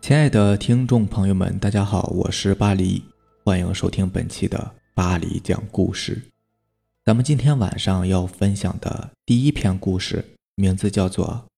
亲爱的听众朋友们，大家好，我是巴黎，欢迎收听本期的巴黎讲故事。咱们今天晚上要分享的第一篇故事，名字叫做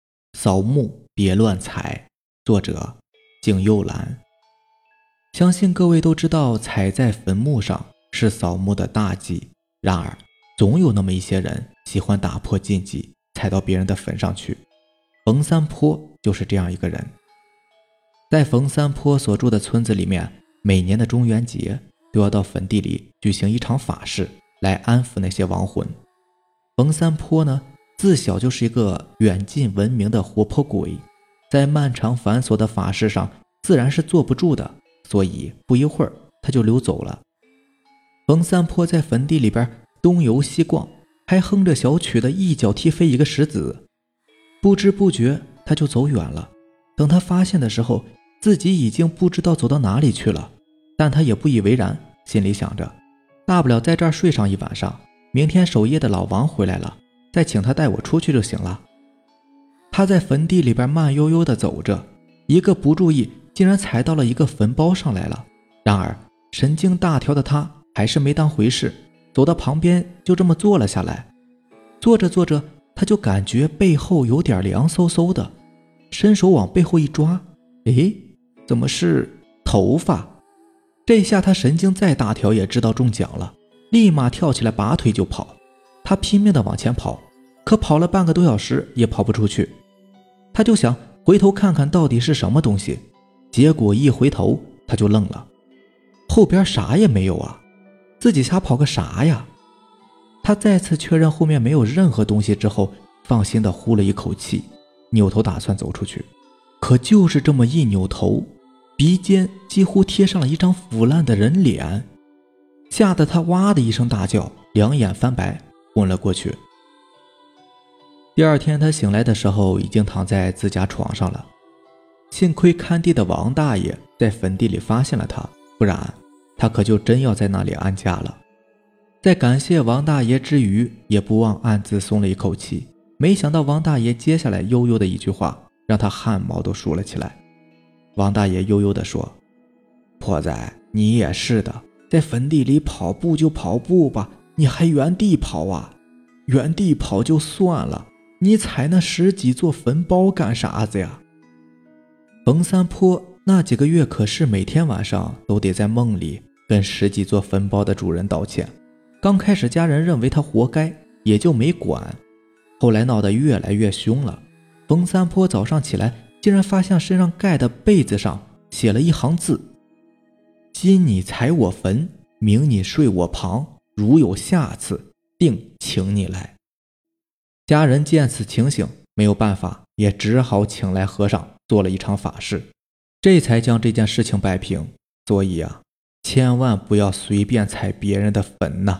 《扫墓别乱踩》，作者景佑兰。相信各位都知道，踩在坟墓上是扫墓的大忌，然而总有那么一些人喜欢打破禁忌，踩到别人的坟上去。冯三坡就是这样一个人。在冯三坡所住的村子里面，每年的中元节都要到坟地里举行一场法事，来安抚那些亡魂。冯三坡呢，自小就是一个远近闻名的活泼鬼，在漫长繁琐的法事上自然是坐不住的，所以不一会儿他就溜走了。冯三坡在坟地里边东游西逛，还哼着小曲的一脚踢飞一个石子，不知不觉他就走远了。等他发现的时候，自己已经不知道走到哪里去了，但他也不以为然，心里想着大不了在这儿睡上一晚上，明天守夜的老王回来了，再请他带我出去就行了。他在坟地里边慢悠悠地走着，一个不注意竟然踩到了一个坟包上来了。然而神经大条的他还是没当回事，走到旁边就这么坐了下来。坐着坐着，他就感觉背后有点凉飕飕的，伸手往背后一抓，诶，怎么是头发？这下他神经再大条也知道中奖了，立马跳起来拔腿就跑。他拼命地往前跑，可跑了半个多小时也跑不出去。他就想回头看看到底是什么东西，结果一回头他就愣了，后边啥也没有啊，自己瞎跑个啥呀？他再次确认后面没有任何东西之后，放心地呼了一口气，扭头打算走出去。可就是这么一扭头，鼻尖几乎贴上了一张腐烂的人脸，吓得他哇的一声大叫，两眼翻白，昏了过去。第二天他醒来的时候，已经躺在自家床上了。幸亏看地的王大爷在坟地里发现了他，不然他可就真要在那里安家了。在感谢王大爷之余，也不忘暗自松了一口气。没想到王大爷接下来悠悠的一句话，让他汗毛都竖了起来。王大爷悠悠地说：婆仔，你也是的，在坟地里跑步就跑步吧，你还原地跑啊？原地跑就算了，你踩那10几座坟包干啥子呀？冯三坡那几个月可是每天晚上都得在梦里跟10几座坟包的主人道歉。刚开始家人认为他活该，也就没管，后来闹得越来越凶了。冯三坡早上起来竟然发现身上盖的被子上写了一行字：今你踩我坟，明你睡我旁，如有下次，定请你来。家人见此情形，没有办法，也只好请来和尚做了一场法事，这才将这件事情摆平。所以啊，千万不要随便踩别人的坟呐。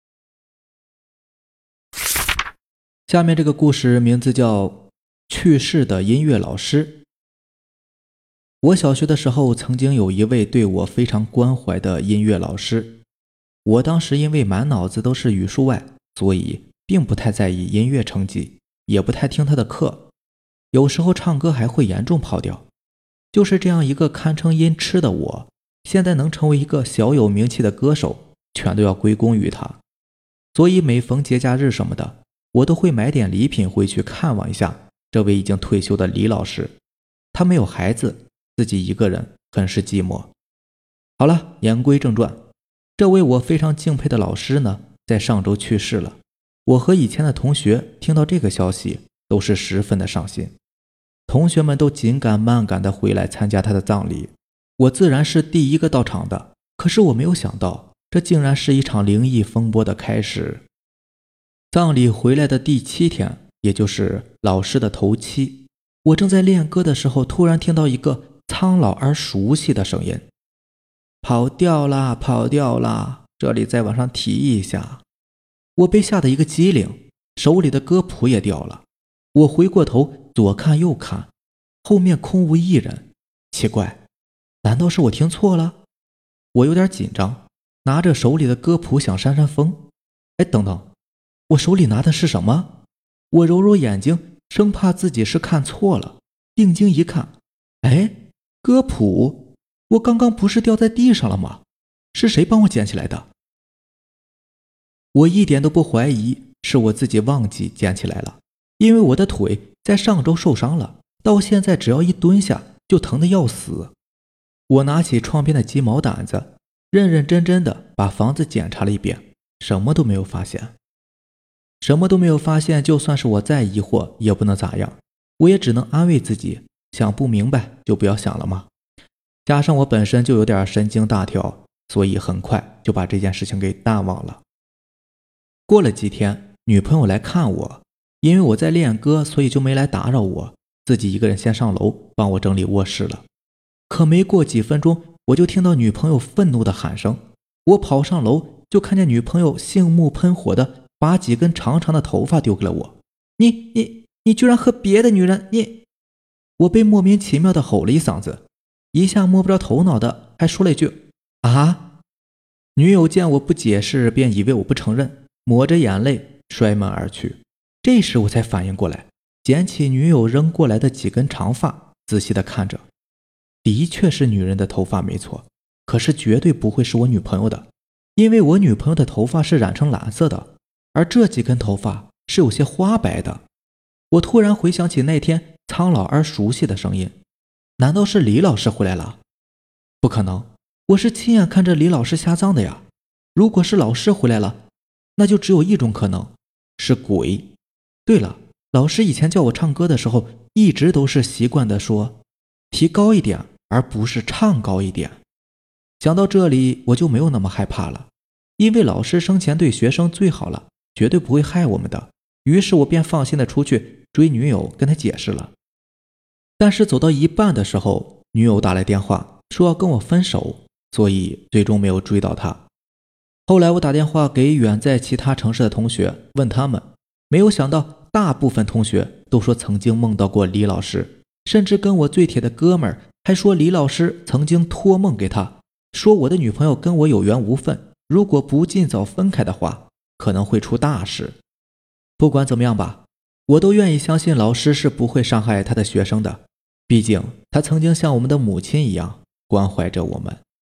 下面这个故事名字叫去世的音乐老师。我小学的时候曾经有一位对我非常关怀的音乐老师，我当时因为满脑子都是语数外，所以并不太在意音乐成绩，也不太听他的课，有时候唱歌还会严重跑调。就是这样一个堪称音痴的我，现在能成为一个小有名气的歌手，全都要归功于他。所以每逢节假日什么的，我都会买点礼品回去看望一下这位已经退休的李老师。他没有孩子，自己一个人很是寂寞。好了，言归正传，这位我非常敬佩的老师呢，在上周去世了。我和以前的同学听到这个消息都是十分的伤心，同学们都紧赶慢赶地回来参加他的葬礼，我自然是第一个到场的。可是我没有想到，这竟然是一场灵异风波的开始。葬礼回来的第7天，也就是老师的头七，我正在练歌的时候，突然听到一个苍老而熟悉的声音：跑掉啦，跑掉啦，这里再往上提一下。我被吓得一个机灵，手里的歌谱也掉了。我回过头左看右看，后面空无一人。奇怪，难道是我听错了？我有点紧张，拿着手里的歌谱想扇扇风。哎，等等，我手里拿的是什么？我揉揉眼睛，生怕自己是看错了。定睛一看，哎， 歌谱，我刚刚不是掉在地上了吗？是谁帮我捡起来的？我一点都不怀疑是我自己忘记捡起来了，因为我的腿在上周受伤了，到现在只要一蹲下就疼得要死。我拿起床边的鸡毛掸子，认认真真的把房子检查了一遍，什么都没有发现。什么都没有发现，就算是我再疑惑也不能咋样，我也只能安慰自己，想不明白就不要想了嘛。加上我本身就有点神经大条，所以很快就把这件事情给淡忘了。过了几天，女朋友来看我，因为我在练歌，所以就没来打扰我，自己一个人先上楼帮我整理卧室了。可没过几分钟，我就听到女朋友愤怒的喊声。我跑上楼，就看见女朋友杏目喷火的把几根长长的头发丢给了我。你居然和别的女人，你！我被莫名其妙的吼了一嗓子，一下摸不着头脑的还说了一句啊。女友见我不解释，便以为我不承认，抹着眼泪摔门而去。这时我才反应过来，捡起女友扔过来的几根长发，仔细的看着，的确是女人的头发没错，可是绝对不会是我女朋友的，因为我女朋友的头发是染成蓝色的，而这几根头发是有些花白的。我突然回想起那天苍老而熟悉的声音，难道是李老师回来了？不可能，我是亲眼看着李老师下葬的呀。如果是老师回来了，那就只有一种可能，是鬼。对了，老师以前教我唱歌的时候，一直都是习惯的说提高一点，而不是唱高一点。想到这里，我就没有那么害怕了，因为老师生前对学生最好了，绝对不会害我们的。于是我便放心的出去追女友，跟她解释了。但是走到一半的时候，女友打来电话说要跟我分手，所以最终没有追到她。后来我打电话给远在其他城市的同学，问他们，没有想到大部分同学都说曾经梦到过李老师，甚至跟我最铁的哥们儿还说李老师曾经托梦给他，说我的女朋友跟我有缘无分，如果不尽早分开的话，可能会出大事。不管怎么样吧，我都愿意相信老师是不会伤害他的学生的，毕竟他曾经像我们的母亲一样关怀着我们。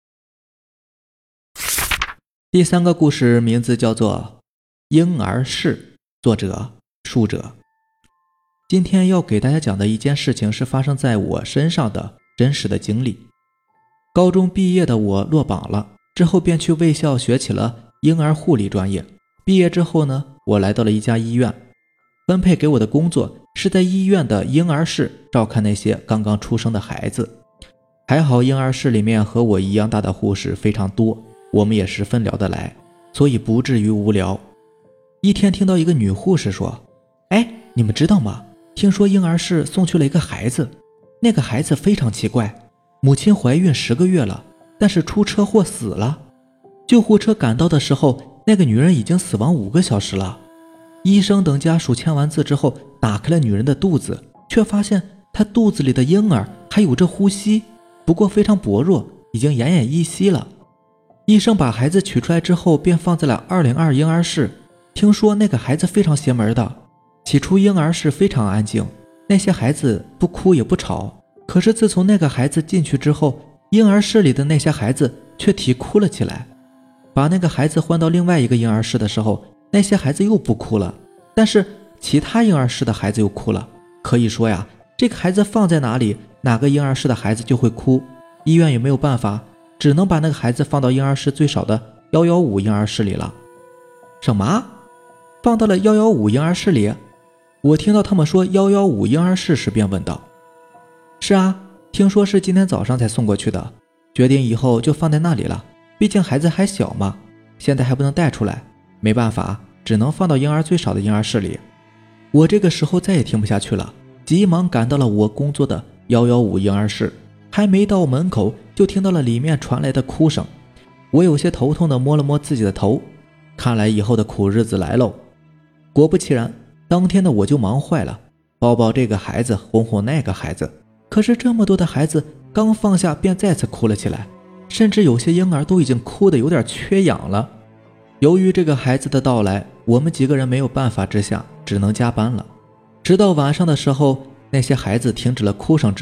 第三个故事名字叫做婴儿室，作者书者。今天要给大家讲的一件事情是发生在我身上的真实的经历。高中毕业的我落榜了，之后便去卫校学起了婴儿护理专业。毕业之后呢，我来到了一家医院，分配给我的工作是在医院的婴儿室照看那些刚刚出生的孩子。还好婴儿室里面和我一样大的护士非常多，我们也十分聊得来，所以不至于无聊。一天听到一个女护士说，你们知道吗？听说婴儿室送去了一个孩子，那个孩子非常奇怪，母亲怀孕10个月了，但是出车祸死了。救护车赶到的时候，那个女人已经死亡5个小时了。医生等家属签完字之后，打开了女人的肚子，却发现她肚子里的婴儿还有着呼吸，不过非常薄弱，已经奄奄一息了。医生把孩子取出来之后，便放在了202婴儿室。听说那个孩子非常邪门的，起初婴儿室非常安静，那些孩子不哭也不吵，可是自从那个孩子进去之后，婴儿室里的那些孩子却啼哭了起来。把那个孩子换到另外一个婴儿室的时候，那些孩子又不哭了，但是其他婴儿室的孩子又哭了。可以说呀，这个孩子放在哪里，哪个婴儿室的孩子就会哭。医院也没有办法，只能把那个孩子放到婴儿室最少的115婴儿室里了。什么？放到了115婴儿室里？我听到他们说115婴儿室时便问道。是啊，听说是今天早上才送过去的，决定以后就放在那里了，毕竟孩子还小嘛，现在还不能带出来，没办法，只能放到婴儿最少的婴儿室里。我这个时候再也听不下去了，急忙赶到了我工作的115婴儿室，还没到门口就听到了里面传来的哭声。我有些头痛的摸了摸自己的头，看来以后的苦日子来喽。果不其然，当天的我就忙坏了，抱抱这个孩子，哄哄那个孩子。可是这么多的孩子刚放下便再次哭了起来，甚至有些婴儿都已经哭得有点缺氧了。由于这个孩子的到来，我们几个人没有办法之下，只能加班了。直到晚上的时候，那些孩子停止了哭声之后，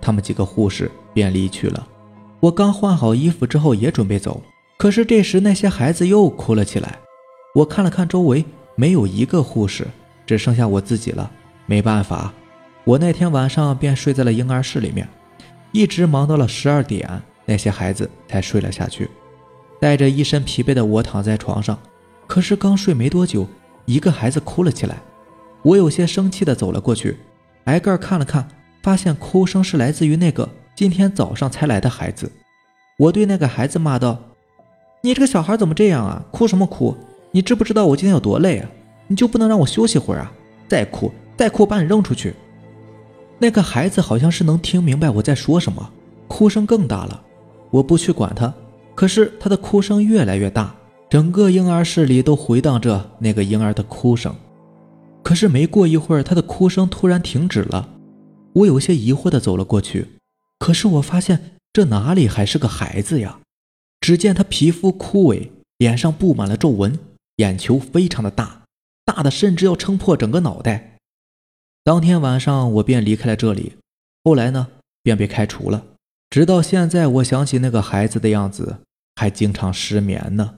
他们几个护士便离去了。我刚换好衣服之后也准备走，可是这时那些孩子又哭了起来。我看了看周围，没有一个护士，只剩下我自己了。没办法，我那天晚上便睡在了婴儿室里面，一直忙到了12点，那些孩子才睡了下去。带着一身疲惫的我躺在床上，可是刚睡没多久，一个孩子哭了起来。我有些生气地走了过去，挨个看了看，发现哭声是来自于那个今天早上才来的孩子。我对那个孩子骂道：你这个小孩怎么这样啊？哭什么哭？你知不知道我今天有多累啊？你就不能让我休息会儿啊？再哭把你扔出去。那个孩子好像是能听明白我在说什么，哭声更大了。我不去管他，可是他的哭声越来越大，整个婴儿室里都回荡着那个婴儿的哭声。可是没过一会儿，他的哭声突然停止了。我有些疑惑地走了过去，可是我发现这哪里还是个孩子呀？只见他皮肤枯萎，脸上布满了皱纹，眼球非常的大，大的甚至要撑破整个脑袋。当天晚上我便离开了这里，后来呢便被开除了。直到现在，我想起那个孩子的样子，还经常失眠呢。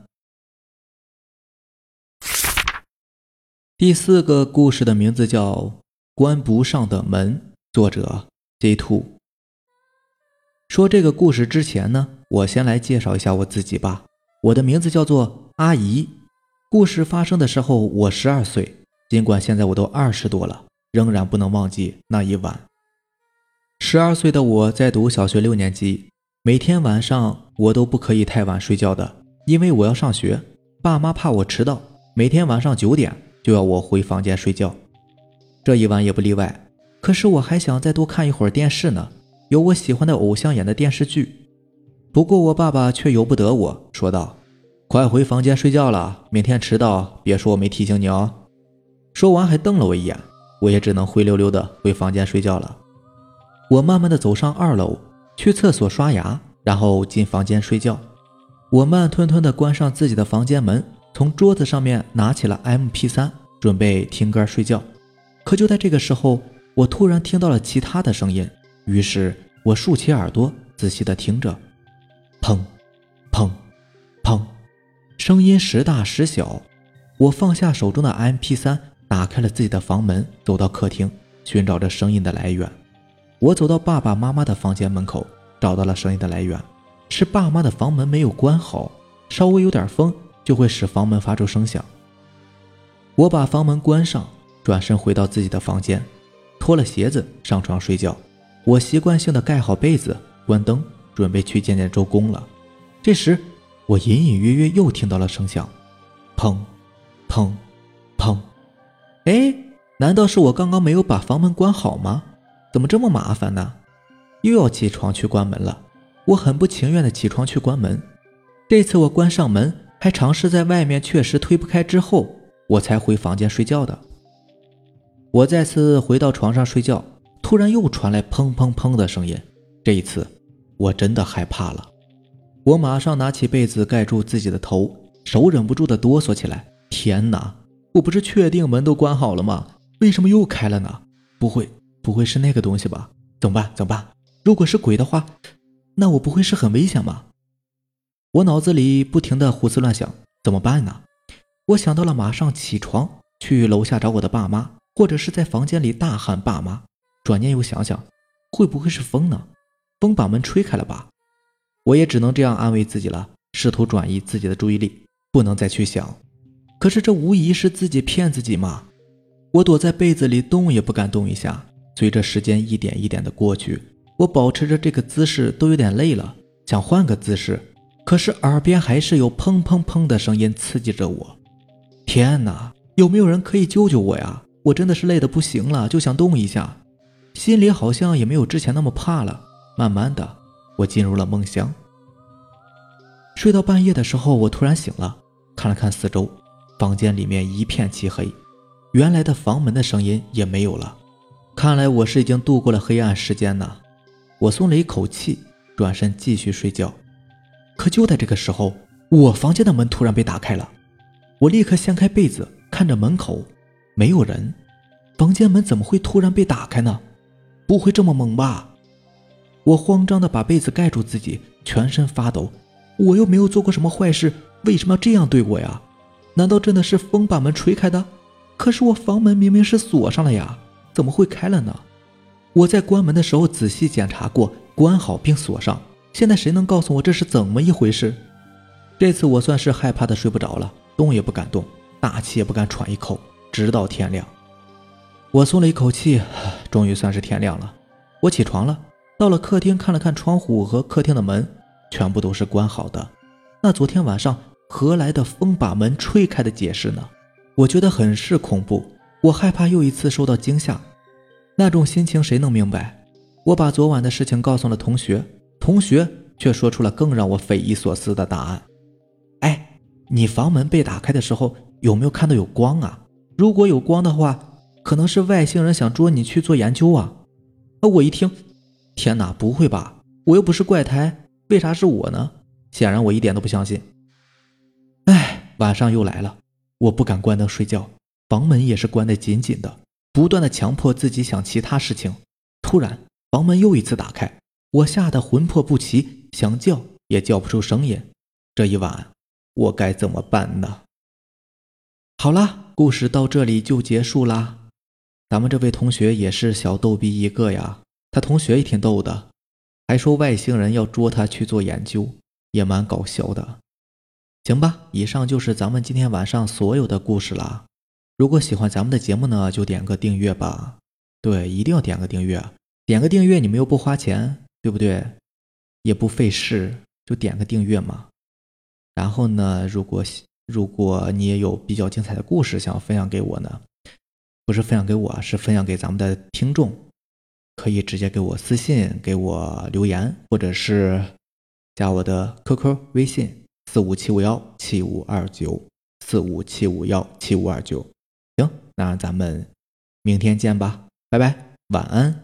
第4个故事的名字叫《关不上的门》，作者 J2。 说这个故事之前呢，我先来介绍一下我自己吧。我的名字叫做阿姨。故事发生的时候我12岁，尽管现在我都20多了，仍然不能忘记那一晚。12岁的我在读小学6年级，每天晚上我都不可以太晚睡觉的，因为我要上学，爸妈怕我迟到，每天晚上9点就要我回房间睡觉。这一晚也不例外，可是我还想再多看一会儿电视呢，有我喜欢的偶像演的电视剧。不过我爸爸却由不得我，说道：快回房间睡觉了，明天迟到别说我没提醒你哦。说完还瞪了我一眼，我也只能灰溜溜的回房间睡觉了。我慢慢的走上2楼，去厕所刷牙，然后进房间睡觉。我慢吞吞的关上自己的房间门，从桌子上面拿起了 MP3， 准备听歌睡觉。可就在这个时候，我突然听到了其他的声音，于是我竖起耳朵仔细的听着。砰砰砰，声音时大时小。我放下手中的 MP3， 打开了自己的房门，走到客厅，寻找着声音的来源。我走到爸爸妈妈的房间门口，找到了声音的来源，是爸妈的房门没有关好，稍微有点风就会使房门发出声响。我把房门关上，转身回到自己的房间，脱了鞋子上床睡觉。我习惯性的盖好被子，关灯，准备去见见周公了。这时我隐隐约约又听到了声响，砰砰砰。哎，难道是我刚刚没有把房门关好吗？怎么这么麻烦呢？又要起床去关门了。我很不情愿的起床去关门。这次我关上门，还尝试在外面确实推不开之后，我才回房间睡觉的。我再次回到床上睡觉，突然又传来砰砰砰的声音。这一次我真的害怕了。我马上拿起被子盖住自己的头，手忍不住的哆嗦起来。天哪，我不是确定门都关好了吗？为什么又开了呢？不会是那个东西吧？怎么办？如果是鬼的话，那我不会是很危险吗？我脑子里不停地胡思乱想，怎么办呢？我想到了马上起床去楼下找我的爸妈，或者是在房间里大喊爸妈。转念又想想，会不会是风呢？风把门吹开了吧？我也只能这样安慰自己了，试图转移自己的注意力，不能再去想。可是这无疑是自己骗自己嘛。我躲在被子里动也不敢动一下。随着时间一点一点的过去，我保持着这个姿势都有点累了，想换个姿势，可是耳边还是有砰砰砰的声音刺激着我。天哪，有没有人可以救救我呀？我真的是累得不行了，就想动一下。心里好像也没有之前那么怕了。慢慢的，我进入了梦乡。睡到半夜的时候，我突然醒了，看了看四周，房间里面一片漆黑，原来的房门的声音也没有了。看来我是已经度过了黑暗时间呢。我松了一口气，转身继续睡觉。可就在这个时候，我房间的门突然被打开了。我立刻掀开被子，看着门口，没有人。房间门怎么会突然被打开呢？不会这么猛吧？ 我慌张地把被子盖住自己，全身发抖。我又没有做过什么坏事，为什么要这样对我呀？难道真的是风把门吹开的？可是我房门明明是锁上了呀，怎么会开了呢？我在关门的时候仔细检查过，关好并锁上。现在谁能告诉我这是怎么一回事？这次我算是害怕的睡不着了，动也不敢动，大气也不敢喘一口，直到天亮。我松了一口气，终于算是天亮了。我起床了，到了客厅看了看窗户和客厅的门，全部都是关好的。那昨天晚上何来的风把门吹开的解释呢？我觉得很是恐怖，我害怕又一次受到惊吓。那种心情谁能明白？我把昨晚的事情告诉了同学，同学却说出了更让我匪夷所思的答案。哎，你房门被打开的时候有没有看到有光啊？如果有光的话，可能是外星人想捉你去做研究啊。我一听，天哪，不会吧？我又不是怪胎，为啥是我呢？显然我一点都不相信。晚上又来了，我不敢关灯睡觉，房门也是关得紧紧的，不断的强迫自己想其他事情。突然房门又一次打开，我吓得魂魄不齐，想叫也叫不出声音。这一晚我该怎么办呢？好啦，故事到这里就结束啦。咱们这位同学也是小逗逼一个呀，他同学也挺逗的，还说外星人要捉他去做研究，也蛮搞笑的。行吧，以上就是咱们今天晚上所有的故事啦。如果喜欢咱们的节目呢，就点个订阅吧。对，一定要点个订阅。点个订阅你们又不花钱，对不对？也不费事，就点个订阅嘛。然后呢，如果你也有比较精彩的故事想分享给我呢，不是分享给我，是分享给咱们的听众，可以直接给我私信，给我留言，或者是加我的 QQ 微信457517529，457517529。行，那咱们明天见吧，拜拜，晚安。